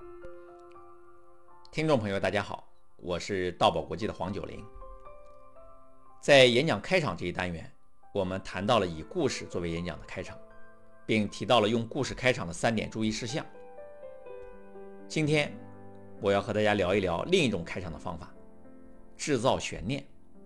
听众朋友大家好，我是道宝国际的黄九龄。在演讲开场这一单元，我们谈到了以故事作为演讲的开场，并提到了用故事开场的3点注意事项。今天我要和大家聊一聊另一种开场的方法，制造悬念。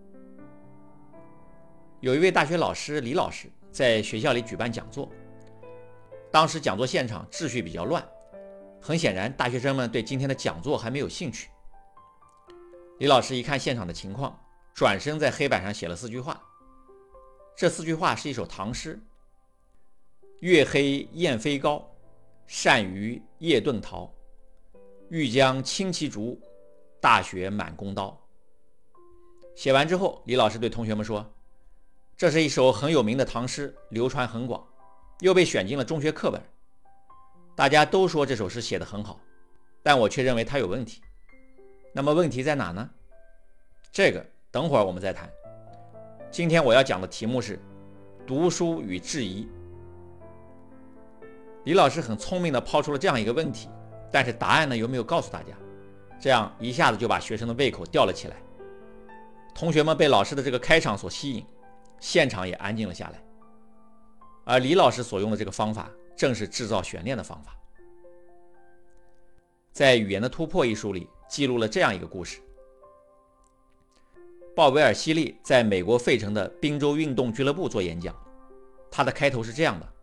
有一位大学老师李老师在学校里举办讲座，当时讲座现场秩序比较乱，很显然大学生们对今天的讲座还没有兴趣。李老师一看现场的情况，转身在黑板上写了4句话。这4句话是一首唐诗：月黑雁飞高，单于夜遁逃，欲将轻骑逐，大雪满弓刀。写完之后，李老师对同学们说，这是一首很有名的唐诗，流传很广，又被选进了中学课本。大家都说这首诗写得很好，但我却认为它有问题。那么问题在哪呢？这个等会儿我们再谈。今天我要讲的题目是读书与质疑。李老师很聪明地抛出了这样一个问题，但是答案呢又没有告诉大家，这样一下子就把学生的胃口吊了起来。同学们被老师的这个开场所吸引，现场也安静了下来。而李老师所用的这个方法正是制造悬念的方法。在《语言的突破》一书里记录了这样一个故事。鲍威尔·希利在美国费城的宾州运动俱乐部做演讲，他的开头是这样的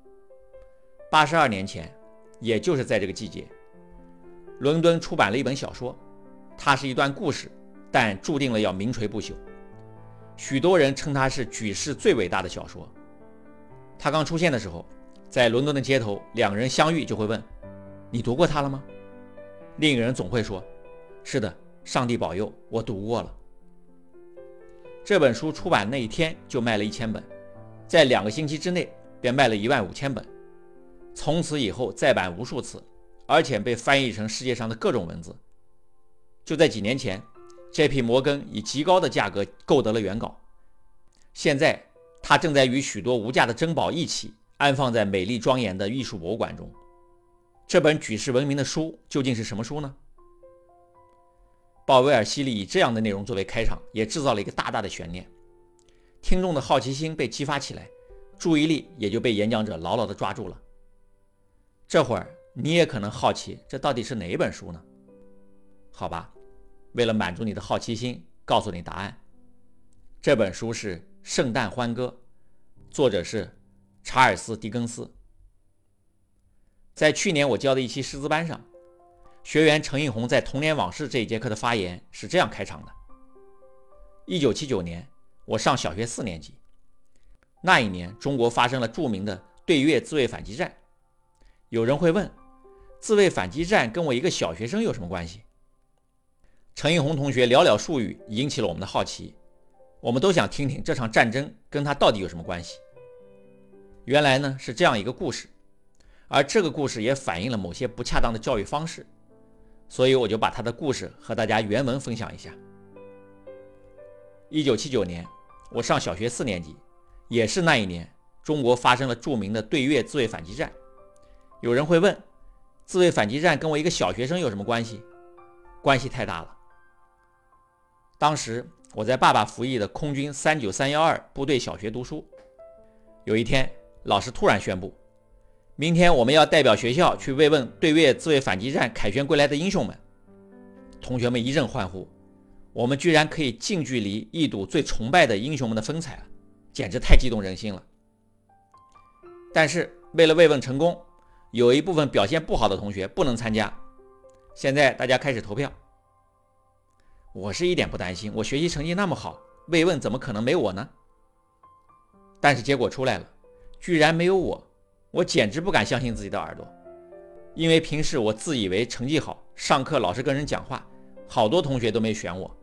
：82年前，也就是在这个季节，伦敦出版了一本小说，它是一段故事，但注定了要名垂不朽。许多人称它是举世最伟大的小说。它刚出现的时候，在伦敦的街头，2个人相遇就会问，你读过它了吗？另一个人总会说，是的，上帝保佑，我读过了。这本书出版那一天就卖了1000本，在2个星期之内便卖了15000本，从此以后再版无数次，而且被翻译成世界上的各种文字。就在几年前， JP 摩根以极高的价格购得了原稿，现在它正在与许多无价的珍宝一起安放在美丽庄严的艺术博物馆中。这本举世闻名的书究竟是什么书呢？鲍威尔·希利以这样的内容作为开场，也制造了一个大大的悬念。听众的好奇心被激发起来，注意力也就被演讲者牢牢地抓住了。这会儿你也可能好奇，这到底是哪一本书呢？好吧，为了满足你的好奇心，告诉你答案。这本书是《圣诞欢歌》，作者是查尔斯·狄更斯。在去年我教的一期师资班上，学员陈映红在童年往事这一节课的发言是这样开场的：1979年，我上小学4年级。那一年，中国发生了著名的对越自卫反击战。有人会问，自卫反击战跟我一个小学生有什么关系？陈映红同学寥寥数语引起了我们的好奇，我们都想听听这场战争跟他到底有什么关系。原来呢是这样一个故事，而这个故事也反映了某些不恰当的教育方式，所以我就把他的故事和大家原文分享一下。1979年，我上小学4年级，也是那一年，中国发生了著名的对越自卫反击战。有人会问，自卫反击战跟我一个小学生有什么关系？关系太大了。当时我在爸爸服役的空军39312部队小学读书。有一天，老师突然宣布，明天我们要代表学校去慰问对越自卫反击战凯旋归来的英雄们。同学们一阵欢呼，我们居然可以近距离一睹最崇拜的英雄们的风采了，简直太激动人心了。但是为了慰问成功，有一部分表现不好的同学不能参加。现在大家开始投票。我是一点不担心，我学习成绩那么好，慰问怎么可能没我呢？但是结果出来了，居然没有我，我简直不敢相信自己的耳朵。因为平时我自以为成绩好，上课老是跟人讲话，好多同学都没选我。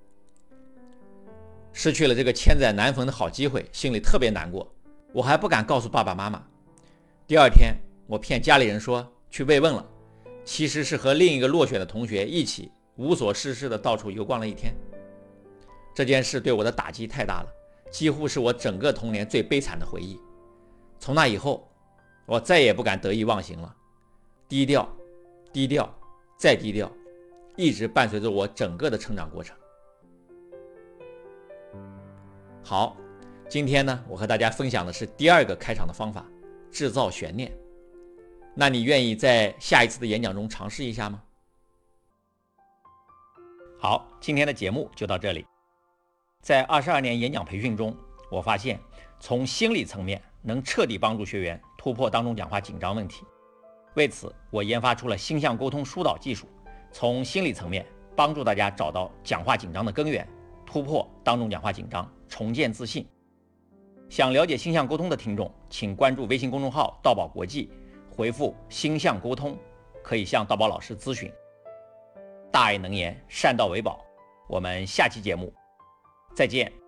失去了这个千载难逢的好机会，心里特别难过，我还不敢告诉爸爸妈妈。第二天，我骗家里人说去慰问了，其实是和另一个落选的同学一起无所事事的到处游逛了一天。这件事对我的打击太大了，几乎是我整个童年最悲惨的回忆。从那以后，我再也不敢得意忘形了，低调低调再低调，一直伴随着我整个的成长过程。好，今天呢，我和大家分享的是第二个开场的方法，制造悬念。那你愿意在下一次的演讲中尝试一下吗？好，今天的节目就到这里。在22年演讲培训中，我发现从心理层面能彻底帮助学员突破当众讲话紧张问题。为此，我研发出了星象沟通疏导技术，从心理层面帮助大家找到讲话紧张的根源，突破当众讲话紧张，重建自信。想了解星象沟通的听众，请关注微信公众号道宝国际，回复星象沟通，可以向道宝老师咨询。大爱能言，善道为宝。我们下期节目再见。